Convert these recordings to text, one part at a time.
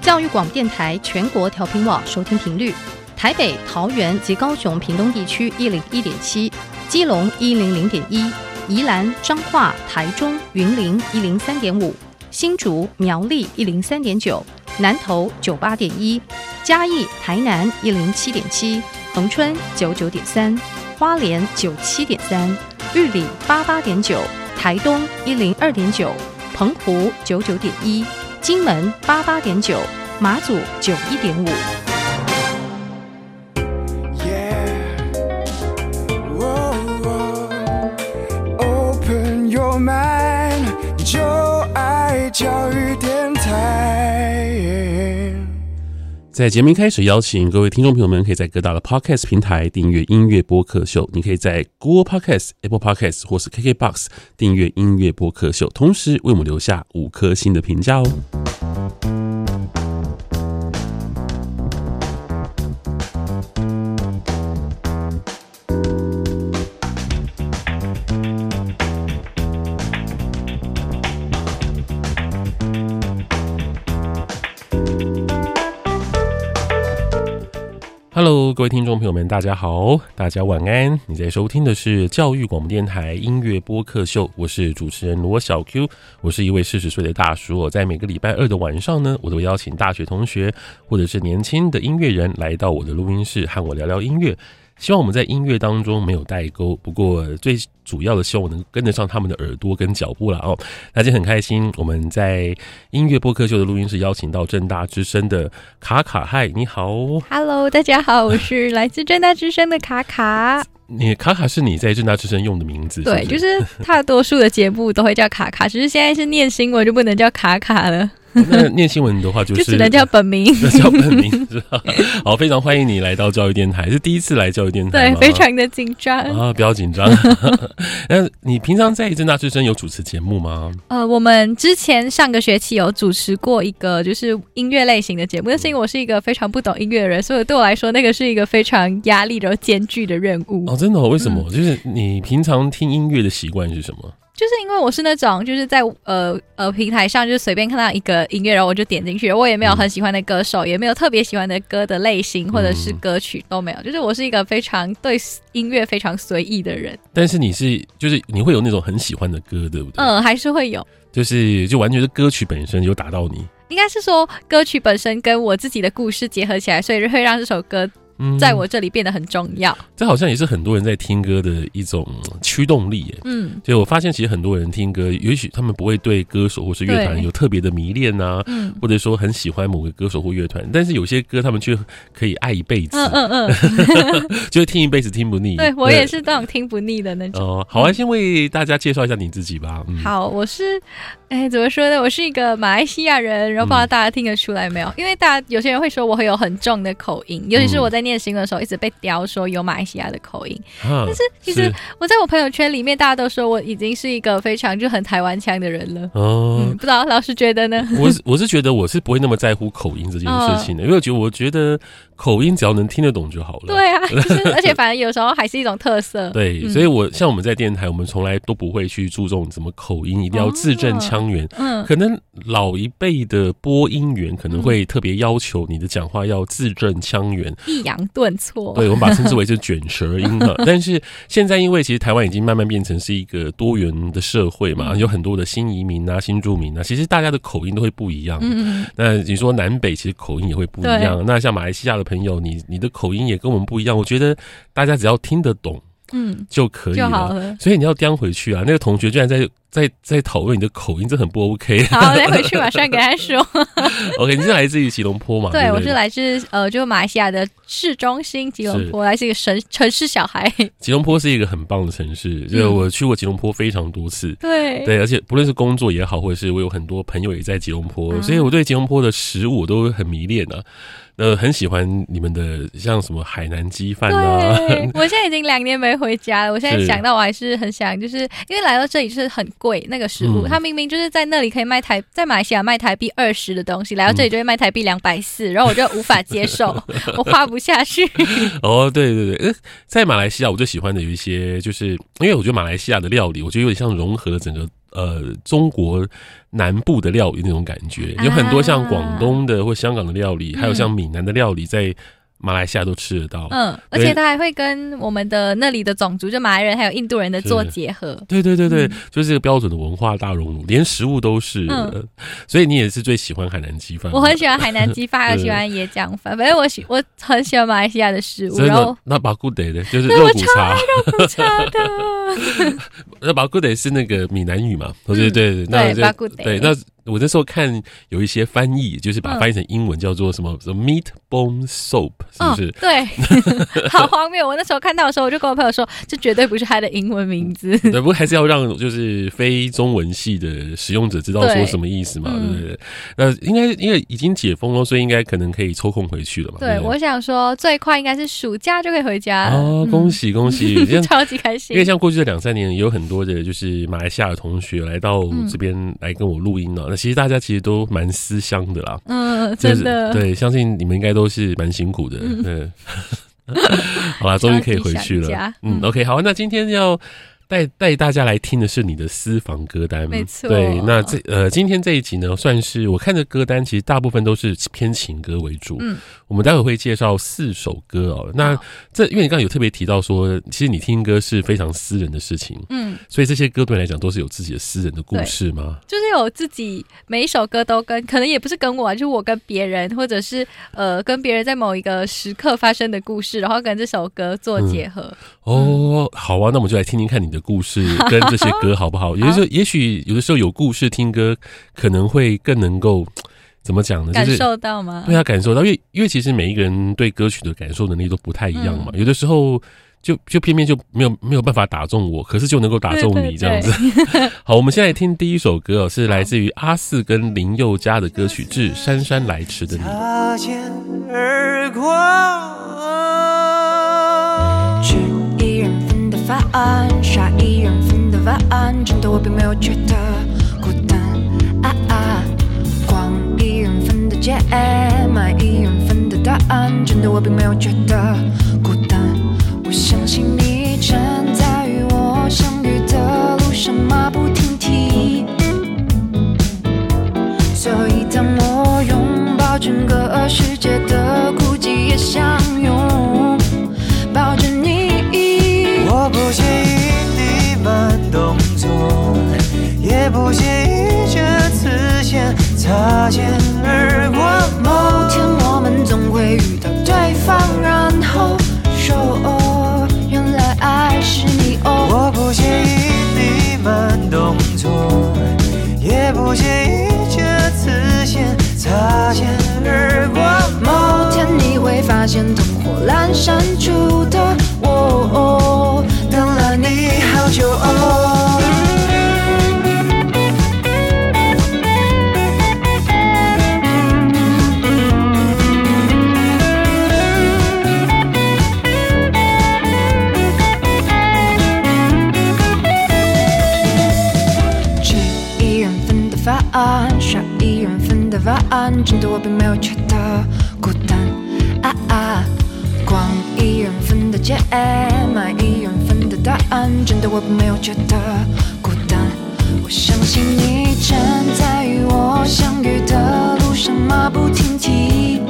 教育广播电台全国调频网收听频率：台北、桃园及高雄屏东地区101.7，基隆100.1，宜兰、彰化、台中、云林103.5，新竹、苗栗103.9，南投98.1，嘉义、台南107.7，恒春99.3，花莲97.3，玉里88.9，台东102.9，澎湖99.1，金门88.9，马祖91.5。 就爱教育电台。 在节目一开始，邀请各位听众朋友们可以在各大的 Podcast 平台订阅音乐播客秀。你可以在 Google Podcast、Apple Podcast 或是 KKBOX 订阅音乐播客秀，同时为我们留下5颗星的评价哦。Hello， 各位听众朋友们，大家好，大家晚安。你在收听的是教育广播电台音乐播客秀，我是主持人罗小 Q， 我是一位40岁的大叔。在每个礼拜二的晚上呢，我都邀请大学同学或者是年轻的音乐人来到我的录音室和我聊聊音乐。希望我们在音乐当中没有代沟，不过最主要的希望我能跟得上他们的耳朵跟脚步啦哦。那今天很开心，我们在音乐播客秀的录音室邀请到政大之声的卡卡。嗨，你好。 Hello， 大家好，我是来自政大之声的卡卡。 你卡卡是你在政大之声用的名字是不是？ 对，就是大多数的节目都会叫卡卡，只是现在是念新闻就不能叫卡卡了。 那念新闻的话就只能叫本名， 叫本名是吧？好，非常欢迎你来到教育电台，是第一次来教育电台吗？ 对，非常的紧张啊，不要紧张。那你平常在政大之声有主持节目吗？ 我们之前上个学期有主持过一个就是音乐类型的节目，但是因为我是一个非常不懂音乐的人，所以对我来说那个是一个非常压力然后艰巨的任务。 哦，真的哦？为什么？就是你平常听音乐的习惯是什么？ 就是因为我是那种就是在平台上就是随便看到一个音乐然后我就点进去，我也没有很喜欢的歌手，也没有特别喜欢的歌的类型或者是歌曲都没有，就是我是一个非常对音乐非常随意的人。但是就是你会有那种很喜欢的歌，对不对？ 还是会有，就完全是歌曲本身有打到你。 应该是说歌曲本身跟我自己的故事结合起来，所以会让这首歌在我这里变得很重要。 这好像也是很多人在听歌的一种驱动力耶。所以我发现其实很多人听歌，也许他们不会对歌手或是乐团有特别的迷恋啊，或者说很喜欢某个歌手或乐团，但是有些歌他们却可以爱一辈子。就是听一辈子听不腻。 对，我也是这种听不腻的那种。 好啊，先为大家介绍一下你自己吧。 好，我是怎么说呢？我是一个马来西亚人，然后不知道大家听得出来没有？因为有些人会说我会有很重的口音，尤其是我在念新闻的时候一直被刁说有马来西亚的口音。但是其实我在我朋友圈里面，大家都说我已经是一个非常就很台湾腔的人了。不知道老师觉得呢？ 我是觉得我是不会那么在乎口音这件事情的，因为我觉得口音只要能听得懂就好了。 对啊，就是而且反正有时候还是一种特色。 对，所以像我们在电台，我们从来都不会去注重什么口音，一定要字正腔圆。可能老一辈的播音员可能会特别要求你的讲话要字正腔圆， 抑扬顿挫。 对，我们把它称之为是卷舌音哈。但是现在因为其实台湾已经慢慢变成是一个多元的社会嘛，有很多的新移民啊、新住民啊，其实大家的口音都会不一样。那你说南北其实口音也会不一样。那像马来西亚的朋友，你的口音也跟我们不一样。我觉得大家只要听得懂，就可以了，就好了。所以你要刁回去啊！那个同学居然在讨论你的口音，这很不 OK。 好，再回去马上给他说。 OK， 你是来自于吉隆坡嘛？ 对，我是来自就马来西亚的市中心吉隆坡，来自一个城市小孩。 吉隆坡是一个很棒的城市，就我去过吉隆坡非常多次。 对， 而且不论是工作也好，或者是我有很多朋友也在吉隆坡，所以我对吉隆坡的食物我都很迷恋啊。很喜欢你们的像什么海南鸡饭啊。 对，我现在已经2年没回家了，我现在想到我还是很想，就是因为来到这里就是很贵那个食物，它明明就是在那里可以卖在马来西亚卖台币20的东西，来到这里就会卖台币240，然后我就无法接受，我花不下去。 对，在马来西亚我最喜欢的有一些，就是因为我觉得马来西亚的料理，我觉得有点像融合了整个中国南部的料理那种感觉，有很多像广东的或香港的料理，还有像闽南的料理在马来西亚都吃得到。 而且它还会跟我们的那里的种族，就马来人还有印度人的做结合。 对，就是这个标准的文化大熔炉，连食物都是。所以你也是最喜欢海南鸡饭？ 我很喜欢海南鸡饭，还有喜欢椰浆饭。反正我很喜欢马来西亚的食物。然后那巴古得的就是肉骨茶， 肉骨茶的。 那巴古得是那个闽南语嘛？对，那巴古得。 对，那我那时候看有一些翻译，就是把它翻译成英文叫做什么 meat bone soup， 是不是？ 对，好荒谬！我那时候看到的时候，我就跟我朋友说，这绝对不是它的英文名字。 对，不过还是要让就是非中文系的使用者知道说什么意思嘛，对不对？那应该因为已经解封了，所以应该可能可以抽空回去了嘛。 对，我想说最快应该是暑假就可以回家了。 哦，恭喜恭喜！ 超级开心。 因为像过去的2-3年，有很多的就是马来西亚的同学来到这边来跟我录音了。那其实大家其实都蛮思乡的啦。 真的。 对，相信你们应该都是蛮辛苦的。对。好啦，终于可以回去了。OK， 好，那今天要带大家来听的是你的私房歌单。 没错。 对，那今天这一集呢，算是我看的歌单，其实大部分都是偏情歌为主。我们待会会介绍4首歌哦。那因为你刚刚有特别提到说，其实你听歌是非常私人的事情。所以这些歌对你来讲都是有自己的私人的故事吗？ 就是有自己每一首歌都可能也不是跟我，就是我跟别人，或者是跟别人在某一个时刻发生的故事，然后跟这首歌做结合。 好啊，那我们就来听听看你的故事跟这些歌好不好？也许有的时候有故事听歌可能会更能够怎么讲呢？ 感受到吗？ 对啊，感受到，因为其实每一个人对歌曲的感受能力都不太一样嘛。有的时候就偏偏就没有办法打中我，可是就能够打中你这样子。好，我们现在听第一首歌是来自于阿四跟林宥嘉的歌曲《致姗姗来迟的你》。 擦肩而过， 吃一人份的饭，刷一人份的碗，真的我并没有觉得孤单。逛一人份的街，买一人份的答案，真的我并没有觉得孤单。我相信你站在与我相遇的路上马不停蹄，所以当我拥抱整个世界的孤寂，也相拥抱着你。 我不介意你慢动作，也不介意这次先擦肩而过。 某天我们总会遇到对方，然后说原来爱是你。 我不介意你慢动作，也不介意这次先擦肩而过。 某天你会发现灯火阑珊处的我等了你好久。吃一人份的饭，刷一人份的碗，真的我并没有觉得孤单。逛一人份的街，买一人份的答案，真的我并没有觉得孤单。我相信你站在与我相遇的路上马不停蹄，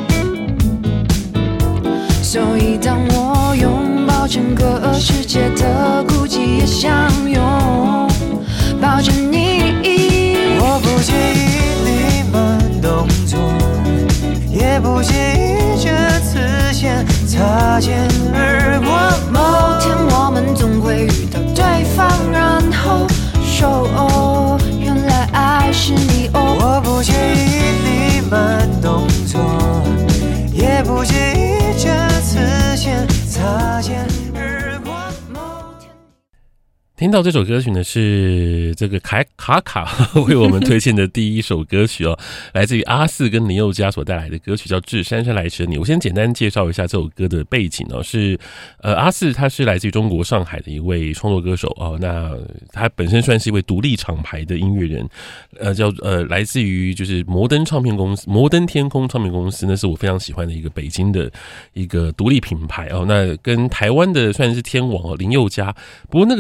所以当我拥抱整个世界的孤寂，也相拥抱着你。 我不介意你慢动作，也不介意这次先擦肩而过。 某天我们总会遇到对方，然后说原来爱是你。 我不介意你慢动作，也不介意这次先擦肩而过。 听到这首歌曲呢，是这个卡为我们推荐的第一首歌曲哦，来自于阿四跟林宥嘉所带来的歌曲叫《致姗姗来迟的你》。我先简单介绍一下这首歌的背景哦，是阿四他是来自于中国上海的一位创作歌手哦，那他本身算是一位独立厂牌的音乐人，来自于就是摩登天空唱片公司，那是我非常喜欢的一个北京的一个独立品牌哦。那跟台湾的算是天王哦林宥嘉，不过那个时候他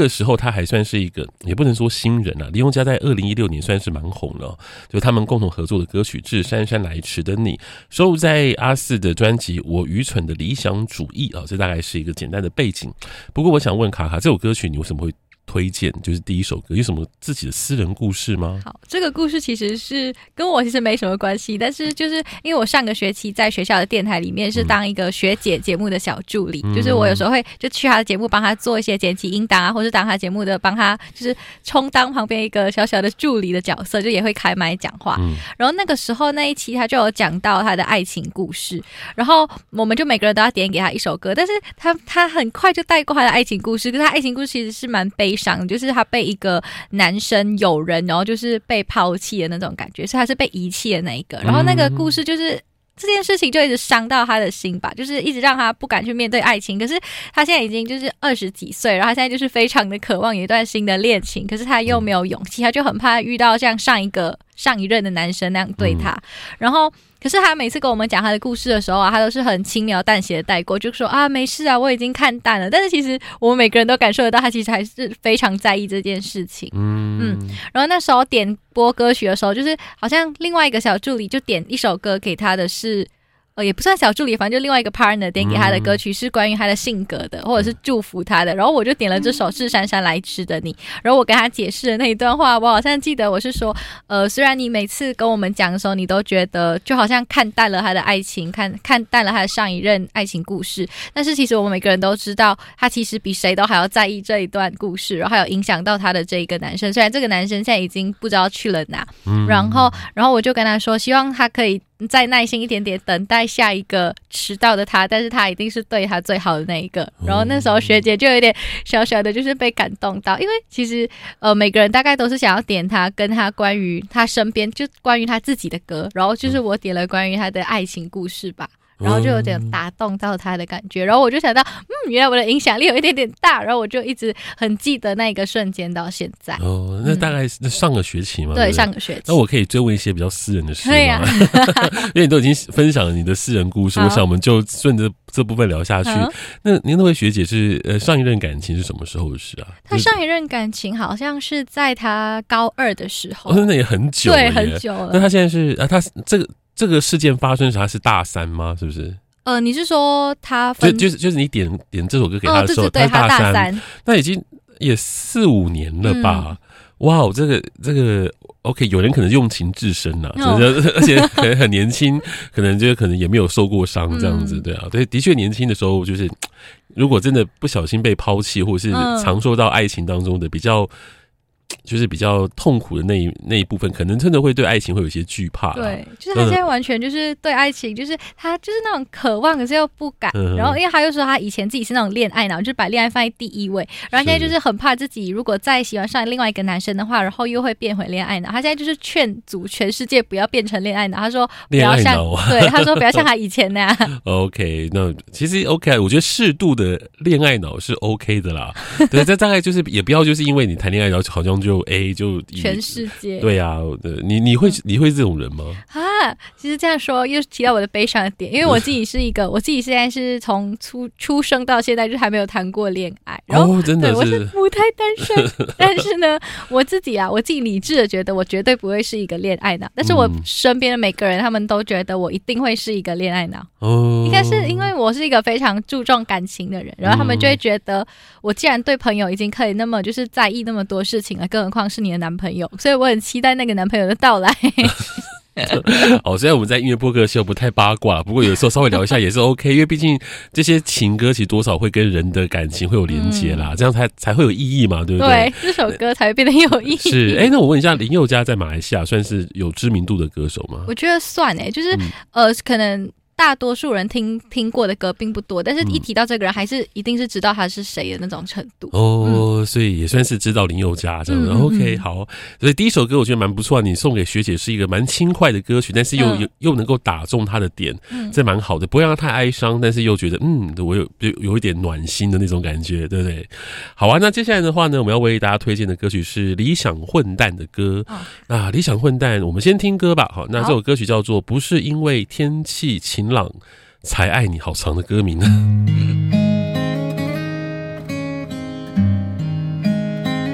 他还算是一个，也不能说新人啊。林宥嘉在2016年算是蛮红了，就他们共同合作的歌曲《致姗姗来迟的你》，收录在阿4的专辑《我愚蠢的理想主义》啊，这大概是一个简单的背景。不过我想问卡卡，这首歌曲你为什么会推荐？就是第一首歌有什么自己的私人故事吗？ 好，这个故事其实是跟我其实没什么关系，但是就是因为我上个学期在学校的电台里面是当一个学姐节目的小助理，就是我有时候会就去她的节目帮她做一些剪辑音档啊，或是当她节目的帮她就是充当旁边一个小小的助理的角色，就也会开麦讲话。然后那个时候那一期她就有讲到她的爱情故事，然后我们就每个人都要点给她一首歌，但是她很快就带过她的爱情故事，可是她爱情故事其实是蛮悲伤，就是她被一个男生友人，然后就是被抛弃的那种感觉，所以她是被遗弃的那一个。然后那个故事就是这件事情就一直伤到她的心吧，就是一直让她不敢去面对爱情。可是她现在已经就是20几岁，然后她现在就是非常的渴望有一段新的恋情，可是她又没有勇气，她就很怕遇到像上一任的男生那样对她。然后可是他每次跟我们讲他的故事的时候啊，他都是很轻描淡写的带过，就说啊没事啊，我已经看淡了。但是其实我们每个人都感受得到，他其实还是非常在意这件事情。然后那时候点播歌曲的时候，就是好像另外一个小助理就点一首歌给他的是。也不算小助理，反正就另外一个 partner 点给他的歌曲是关于他的性格的，或者是祝福他的。然后我就点了这首《致姗姗来迟的你》，然后我跟他解释的那一段话，我好像记得我是说，虽然你每次跟我们讲的时候，你都觉得就好像看淡了他的爱情，看淡了他的上一任爱情故事，但是其实我们每个人都知道，他其实比谁都还要在意这一段故事，然后还有影响到他的这一个男生。虽然这个男生现在已经不知道去了哪，然后我就跟他说，希望他可以再耐心一点点，等待下一个迟到的他，但是他一定是对他最好的那一个。然后那时候学姐就有点小小的就是被感动到，因为其实每个人大概都是想要点他跟他关于他身边就关于他自己的歌，然后就是我点了关于他的爱情故事吧，然后就有点打动到他的感觉，然后我就想到原来我的影响力有一点点大，然后我就一直很记得那一个瞬间到现在。 那大概是上个学期吗？ 对，上个学期。 那我可以追问一些比较私人的事吗？ 对啊因为你都已经分享了你的私人故事，我想我们就顺着这部分聊下去。那您那位学姐是上一任感情是什么时候的事啊？ 她上一任感情好像是在她高2的时候。 那也很久了。 对，很久了。 那她现在是她这个事件发生时，她是大3吗？是不是？ 你是说他就是你点这首歌给他的时候， 对，他大3， 那已经也4、5年了吧？哇，这个 OK， 有人可能用情至深啊，而且可能很年轻，可能也没有受过伤这样子，对啊，对，的确年轻的时候就是，如果真的不小心被抛弃，或者是常受到爱情当中的比较痛苦的那一部分，可能真的会对爱情会有一些惧怕。对， 就是他现在完全就是对爱情，就是他就是那种渴望，可是又不敢。然后因为他又说他以前自己是那种恋爱脑，就是把恋爱放在第一位，然后现在就是很怕自己如果再喜欢上另外一个男生的话，然后又会变回恋爱脑。他现在就是劝阻全世界不要变成恋爱脑，他说不要像对，他说不要像他以前那样。 OK， 那其实 OK， 我觉得适度的恋爱脑是 OK 的啦。对，这大概就是也不要就是因为你谈恋爱然后好像就全世界。 对啊，你会这种人吗？ 其实这样说又提到我的悲伤的点，因为我自己现在是从出生到现在就还没有谈过恋爱，然后真的是我是母胎单身。但是呢，我自己理智的觉得我绝对不会是一个恋爱脑，但是我身边的每个人他们都觉得我一定会是一个恋爱脑。应该是因为我是一个非常注重感情的人，然后他们就会觉得我既然对朋友已经可以那么就是在意那么多事情了，更何况是你的男朋友，所以我很期待那个男朋友的到来。 好，虽然我们在音乐播客秀不太八卦，不过有时候稍微聊一下也是 OK， 因为毕竟这些情歌其实多少会跟人的感情会有连结啦，这样才会有意义嘛，对不对？ 对，这首歌才会变得有意义。 是，那我问一下，林宥嘉在马来西亚算是有知名度的歌手吗？ 我觉得算就是可能大多数人听过的歌并不多，但是一提到这个人，还是一定是知道他是谁的那种程度。 所以也算是知道林宥嘉这样的。OK， 好，所以第一首歌我觉得蛮不错，你送给学姐是一个蛮轻快的歌曲，但是又能够打中她的点，这蛮好的，不会让她太哀伤，但是又觉得我有一点暖心的那种感觉，对不对？好啊，那接下来的话呢，我们要为大家推荐的歌曲是理想混蛋的歌。理想混蛋，我们先听歌吧。好，那这首歌曲叫做《不是因为天气晴朗才爱你》，好长的歌名呢。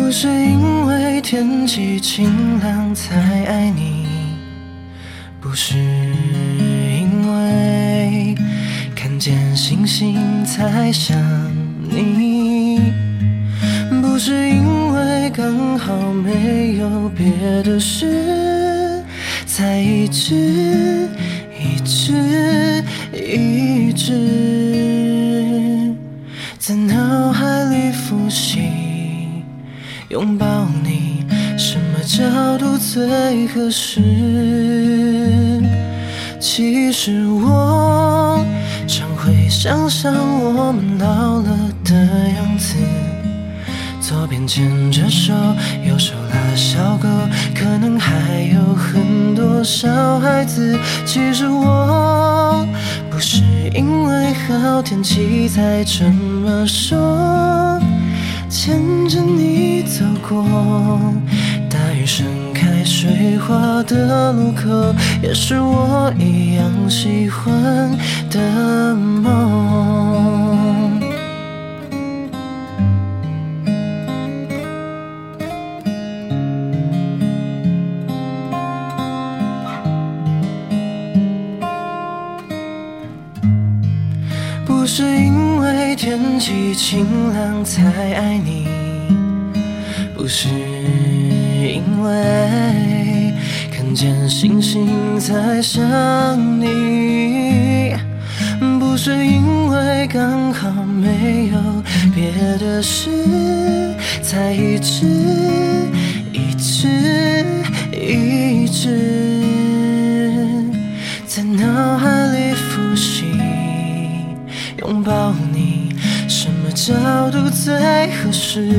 不是因为天气晴朗才爱你，不是因为看见星星才想你，不是因为刚好没有别的事，才一直在脑海里复习，拥抱你什么角度最合适。其实我常会想象我们老了的样子，左边牵着手，右手拉小狗，可能还有很多小孩子。其实我不是因为好天气才这么说，牵着你走过大雨盛开水花的路口，也是我一样喜欢的梦。不是因为天气晴朗才爱你，不是因为看见星星才想你，不是因为刚好没有别的事，才一直在脑海里复习，拥抱你什么角度最合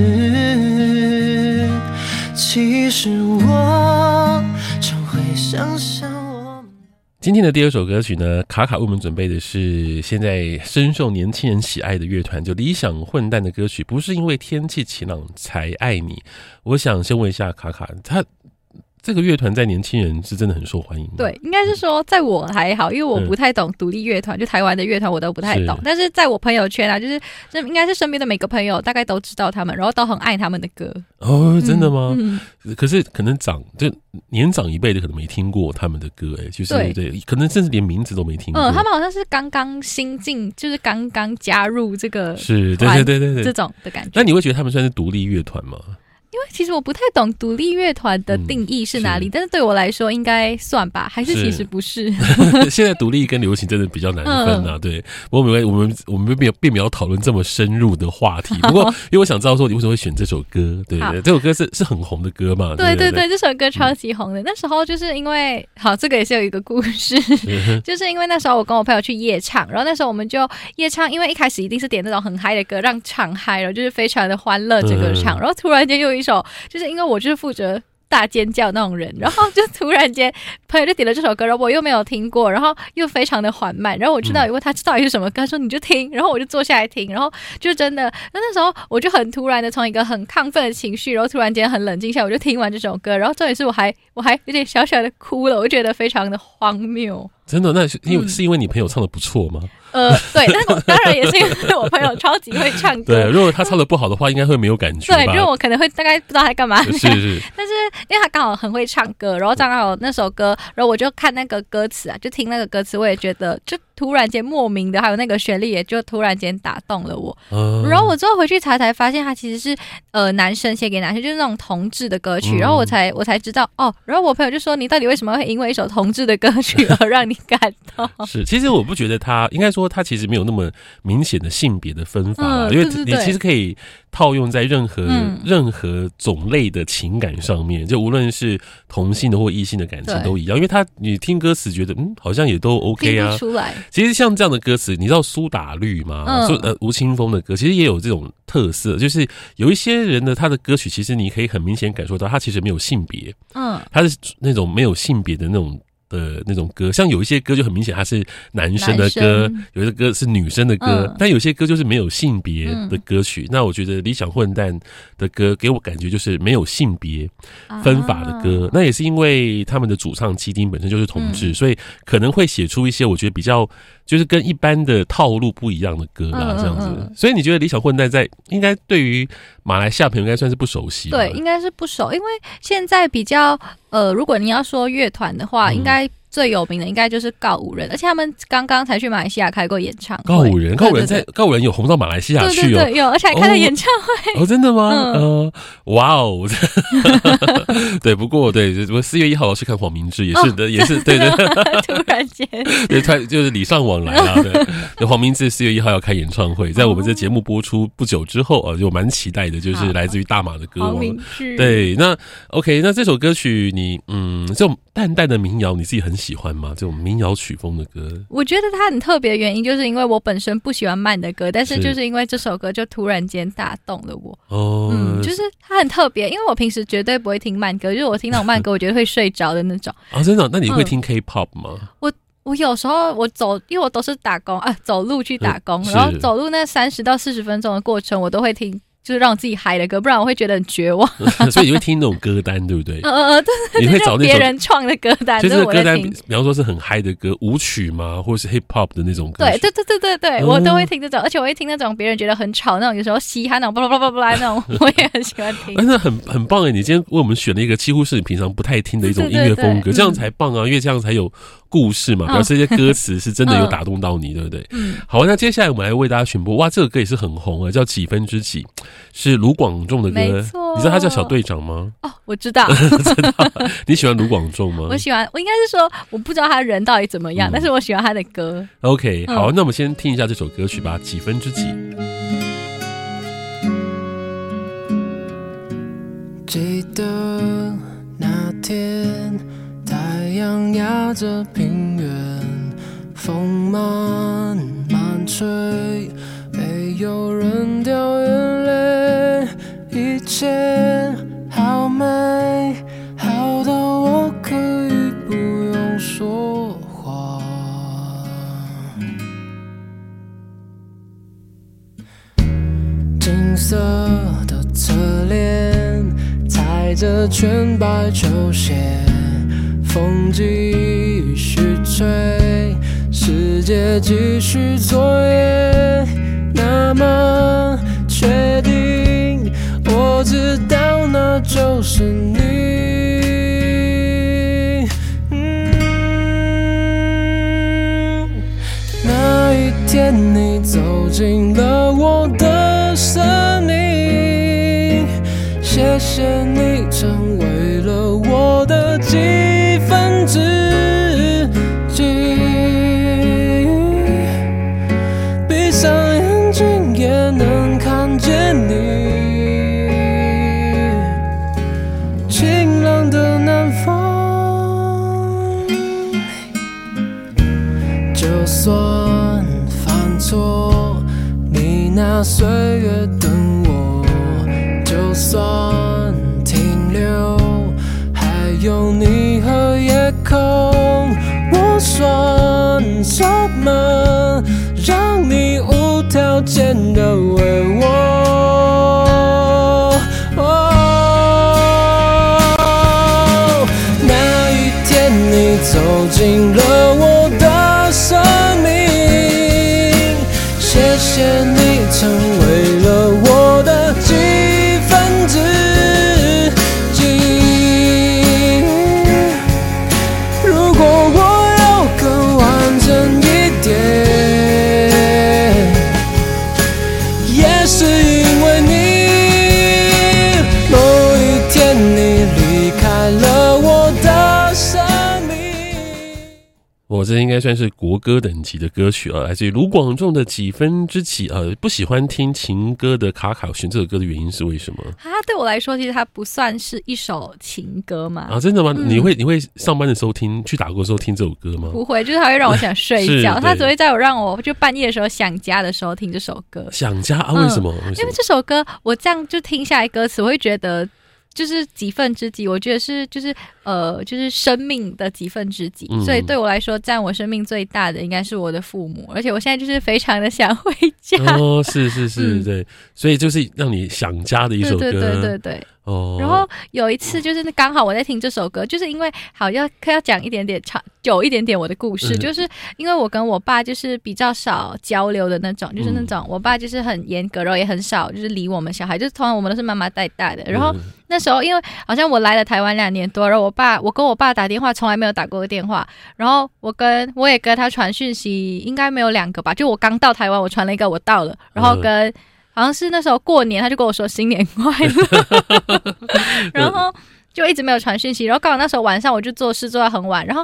适。其实我常会想象我们。 今天的第二首歌曲呢，卡卡为我们准备的是现在深受年轻人喜爱的乐团，就理想混蛋的歌曲，不是因为天气晴朗才爱你。我想先问一下卡卡，他这个乐团在年轻人是真的很受欢迎吗？ 对，应该是说在我还好，因为我不太懂独立乐团，就台湾的乐团我都不太懂。但是在我朋友圈啊，就是这应该是身边的每个朋友大概都知道他们，然后都很爱他们的歌。 哦，真的吗？可是可能就年长一辈的可能没听过他们的歌，就是对，可能甚至连名字都没听过。 他们好像是刚刚新进，就是刚刚加入这个是，对这种的感觉。 那你会觉得他们算是独立乐团吗？ 因为其实我不太懂独立乐团的定义是哪里，但是对我来说应该算吧，还是其实不是？ 现在独立跟流行真的比较难分啊，对。不过我们并没有讨论这么深入的话题。不过因为我想知道说你为什么会选这首歌，对对，这首歌是很红的歌嘛？ 对，这首歌超级红的。那时候就是因为这个也是有一个故事，就是因为那时候我跟我朋友去夜唱，然后那时候我们就夜唱，因为一开始一定是点那种很嗨的歌，让唱嗨了，就是非常的欢乐这个唱，然后突然间又一首，就是因为我就是负责大尖叫那种人，然后就突然间朋友就点了这首歌，然后我又没有听过，然后又非常的缓慢，然后我知道问他到底是什么歌，他说你就听，然后我就坐下来听，然后就真的那时候我就很突然的从一个很亢奋的情绪，然后突然间很冷静下来，我就听完这首歌，然后重点是我还有点小小的哭了，我觉得非常的荒谬。 真的？那是因为你朋友唱的不错吗？ 对，但是我当然也是因为我朋友超级会唱歌。 对，如果他唱的不好的话，应该会没有感觉吧。 对，就我可能会大概不知道他干嘛。 是。 但是因为他刚好很会唱歌，然后刚好那首歌，然后我就看那个歌词啊，就听那个歌词，我也觉得就突然间莫名的，还有那个旋律也就突然间打动了我。然后我之后回去查才发现，他其实是男生写给男生，就是那种同志的歌曲。然后我才知道哦。然后我朋友就说：“你到底为什么会因为一首同志的歌曲而让你感动？” 是，其实我不觉得他应该说他其实没有那么明显的性别的分法啦，因为你其实可以套用在任何种类的情感上面，就无论是同性的或异性的感情都一样。因为你听歌词觉得好像也都 OK 啊， 听不出来。 其实像这样的歌词，你知道苏打绿吗？吴青峰的歌其实也有这种特色，就是有一些人的他的歌曲，其实你可以很明显感受到他其实没有性别，他是那种没有性别的那种歌，像有一些歌就很明显它是男生的歌，有些歌是女生的歌，但有些歌就是没有性别的歌曲。那我觉得理想混蛋的歌给我感觉就是没有性别分法的歌，那也是因为他们的主唱基丁本身就是同志，所以可能会写出一些我觉得比较就是跟一般的套路不一样的歌啦，这样子。所以你觉得理想混蛋在应该对于马来西亚朋友应该算是不熟悉？ 对，应该是不熟，因为现在比较如果你要说乐团的话，应该最有名的应该就是告五人，而且他们刚刚才去马来西亚开过演唱会。告五人有红到马来西亚去哦， 对，有，而且还开了演唱会。 哦，真的吗？哇哦，对，不过对，我4月1号要去看黄明志，也是的，也是对对。 突然间， 对，就是礼尚往来啦。对，黄明志4月1号要开演唱会，在我们这节目播出不久之后就蛮期待的，就是来自于大马的歌王。对，那 OK， 那这首歌曲你这种淡淡的民谣，你自己很喜欢吗？这种民谣曲风的歌， 我觉得它很特别的原因，就是因为我本身不喜欢慢的歌，但是就是因为这首歌就突然间打动了我。就是它很特别，因为我平时绝对不会听慢歌，就是我听那种慢歌，我觉得会睡着的那种。 真的？那你会听 K-pop 吗？ 我有时候因为我都是打工走路去打工，然后走路那30到40分钟的过程，我都会听。就是让我自己嗨的歌，不然我会觉得很绝望。 所以你会听那种歌单，对不对？ 对， 你会找那种别人创的歌单， 就是歌单，比方说是很嗨的歌，舞曲吗？或是 hip hop 的那种歌曲？ 对，我都会听这种，而且我会听那种别人觉得很吵那种，有时候嘻哈那种，巴拉巴拉巴拉那种，我也很喜欢听。 那很棒哎！你今天为我们选了一个几乎是你平常不太听的一种音乐风格，这样才棒啊！因为这样才有故事嘛，表示这些歌词是真的有打动到你，对不对？好，那接下来我们来为大家选播，哇，这个歌也是很红啊，叫《几分之几》，是卢广仲的歌。 没错， 你知道他叫小队长吗？ 我知道。 知道。你喜欢卢广仲吗？ 我喜欢，我应该是说我不知道他人到底怎么样，但是我喜欢他的歌。 OK， 好，那我们先听一下这首歌曲吧，《几分之几》。 记得那天，太阳压着平原，风慢慢吹，没有人掉眼泪，一切好美，好到我可以不用说话。金色的侧脸，踩着全白球鞋，风继续吹，世界继续作业。那么确定，我知道那就是你。那一天你走进了我的生命，谢谢你成为了我的几分之几，闭上眼睛也能看见你，晴朗的南方。就算犯错，你拿岁月等我，就算停留，还有你和夜空，我算什么？让你无条件的为我。那一天你走进了我的生命，谢谢你成为了我的几分之几。如果我要更完整一点，也是因为你，某一天你离开了我的生命。 我这应该算是国歌等级的歌曲来自于卢广仲的《几分之几》不喜欢听情歌的卡卡选这首歌的原因是为什么？ 对我来说，其实它不算是一首情歌嘛。 真的吗？你会上班的时候听，去打工的时候听这首歌吗？ 不会，就是它会让我想睡觉。它只会在让我就半夜的时候想家的时候听这首歌。 想家为什么？ 因为这首歌我这样就听下来歌词，我会觉得。就是几分之几，我觉得是就是就是生命的几分之几，所以对我来说占我生命最大的应该是我的父母，而且我现在就是非常的想回家。 哦，是，对，所以就是让你想家的一首歌。 对。然后有一次就是刚好我在听这首歌，就是因为好要讲一点点久一点点我的故事，就是因为我跟我爸就是比较少交流的那种，就是那种我爸就是很严格，然后也很少就是理我们小孩，就是通常我们都是妈妈带大的。然后那时候因为好像我来了台湾2年多，然后我跟我爸打电话从来没有打过电话，然后我也跟他传讯息，应该没有2个吧，就我刚到台湾我传了一个我到了，然后跟好像是那时候过年他就跟我说新年快乐然后就一直没有传讯息，然后刚好那时候晚上我就做事做到很晚，然后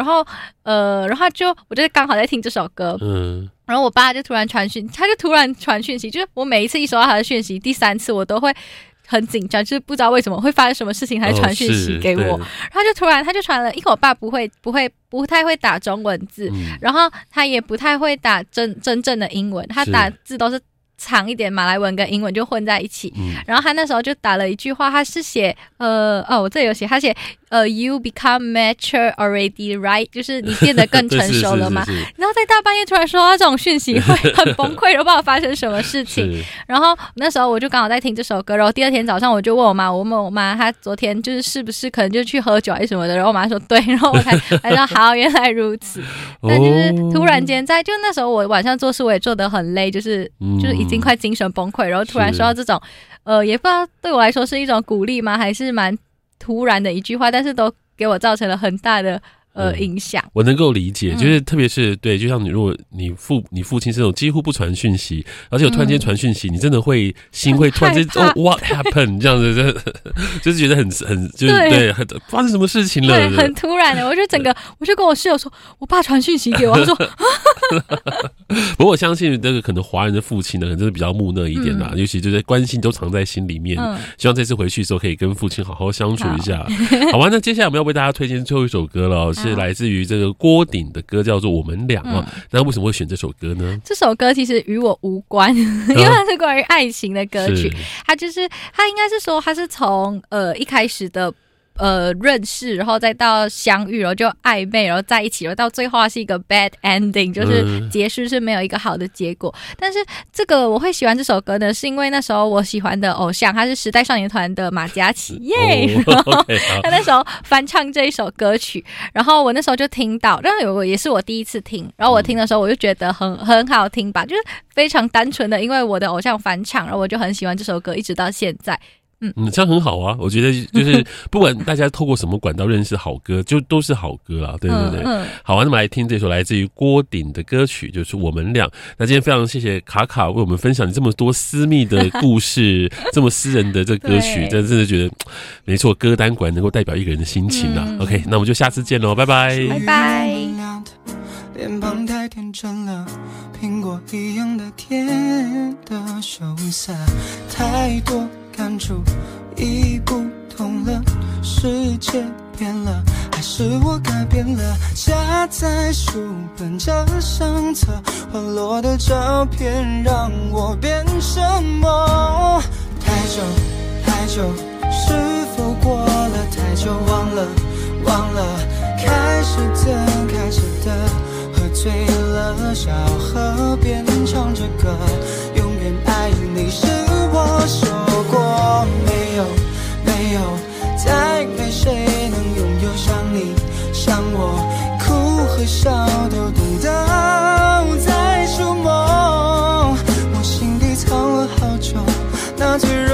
我就刚好在听这首歌，然后我爸就突然传讯息，就是我每一次一收到他的讯息，第3次我都会很紧张，就是不知道为什么会发生什么事情，还传讯息给我，然后他就传了，因为我爸不太会打中文字，然后他也不太会打真正的英文，他打字都是长一点，马来文跟英文就混在一起，然后他那时候就打了一句话，他是写我这里有写，他写you become mature already, right？ 就是你变得更成熟了吗？然后在大半夜突然收到这种讯息，会很崩溃，都不知道发生什么事情。然后那时候我就刚好在听这首歌，然后第2天早上我就问我妈，她昨天就是是不是可能就去喝酒还是什么的，然后我妈说对，然后我才说好，原来如此。但就是突然间就那时候我晚上做事我也做得很累，就是已经快精神崩溃，然后突然收到这种也不知道对我来说是一种鼓励吗，还是蛮突然的一句话，但是都给我造成了很大的影响。 我能够理解，就是特别是对，就像如果你父亲是那种几乎不传讯息，而且有突然间传讯息，你真的会心会突然间what happened 这样子，就是觉得很就是对，发生什么事情了？ 对，很突然的，我就跟我室友说，我爸传讯息给我，他说。 不过我相信这个可能华人的父亲呢，可能就是比较木讷一点啦，尤其就是关心都藏在心里面。希望这次回去的时候可以跟父亲好好相处一下。好吧，那接下来我们要为大家推荐最后一首歌了，是来自于这个郭鼎的歌，叫做《我们俩》哦。那为什么会选这首歌呢？ 这首歌其实与我无关，因为它是关于爱情的歌曲。它应该是说它是从一开始的。认识，然后再到相遇，然后就暧昧，然后在一起，然后到最后是一个 bad ending， 就是结束是没有一个好的结果。但是这个我会喜欢这首歌呢，是因为那时候我喜欢的偶像他是时代少年团的马嘉祺，耶！他那时候翻唱这一首歌曲，然后我那时候就听到，然后也是我第一次听，然后我听的时候我就觉得很好听吧，就是非常单纯的，因为我的偶像翻唱，然后我就很喜欢这首歌，一直到现在。 这样很好啊！我觉得就是不管大家透过什么管道认识好歌，就都是好歌啦，对对对。好啊，那么来听这首来自于郭鼎的歌曲，就是《我们俩》。那今天非常谢谢卡卡为我们分享你这么多私密的故事，这么私人的这歌曲，真的觉得没错，歌单果然能够代表一个人的心情啦。OK， 那我们就下次见喽，拜拜， 拜拜。 脸庞太天真了，苹果一样的甜的羞涩，太多感触已不同了，世界变了，还是我改变了？夹在书本这相册，滑落的照片让我变什么？太久太久，是否过了太久？忘了，开始的喝醉了，小河边唱着歌，永远爱你是我说过，没有，再没谁能拥有像你像我，哭和笑都懂得在触摸，我心底藏了好久，那最